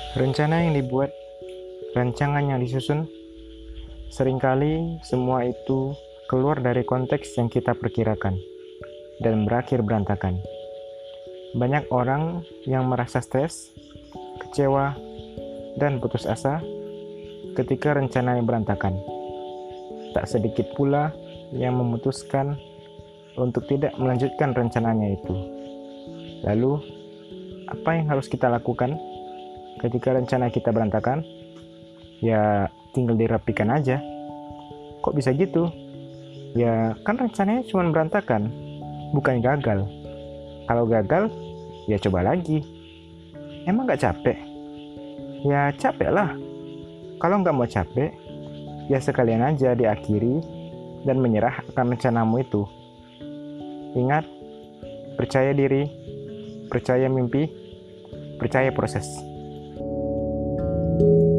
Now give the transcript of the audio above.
Rencana yang dibuat, rancangan yang disusun, seringkali semua itu keluar dari konteks yang kita perkirakan dan berakhir berantakan. Banyak orang yang merasa stres, kecewa, dan putus asa ketika rencananya berantakan. Tak sedikit pula yang memutuskan untuk tidak melanjutkan rencananya itu. Lalu, apa yang harus kita lakukan ketika rencana kita berantakan? Ya, tinggal dirapikan aja. Kok bisa gitu? Ya, kan rencananya cuma berantakan, bukan gagal. Kalau gagal, ya coba lagi. Emang gak capek? Ya capek lah. Kalau nggak mau capek, ya sekalian aja diakhiri dan menyerah akan rencanamu itu. Ingat, percaya diri, percaya mimpi, percaya proses.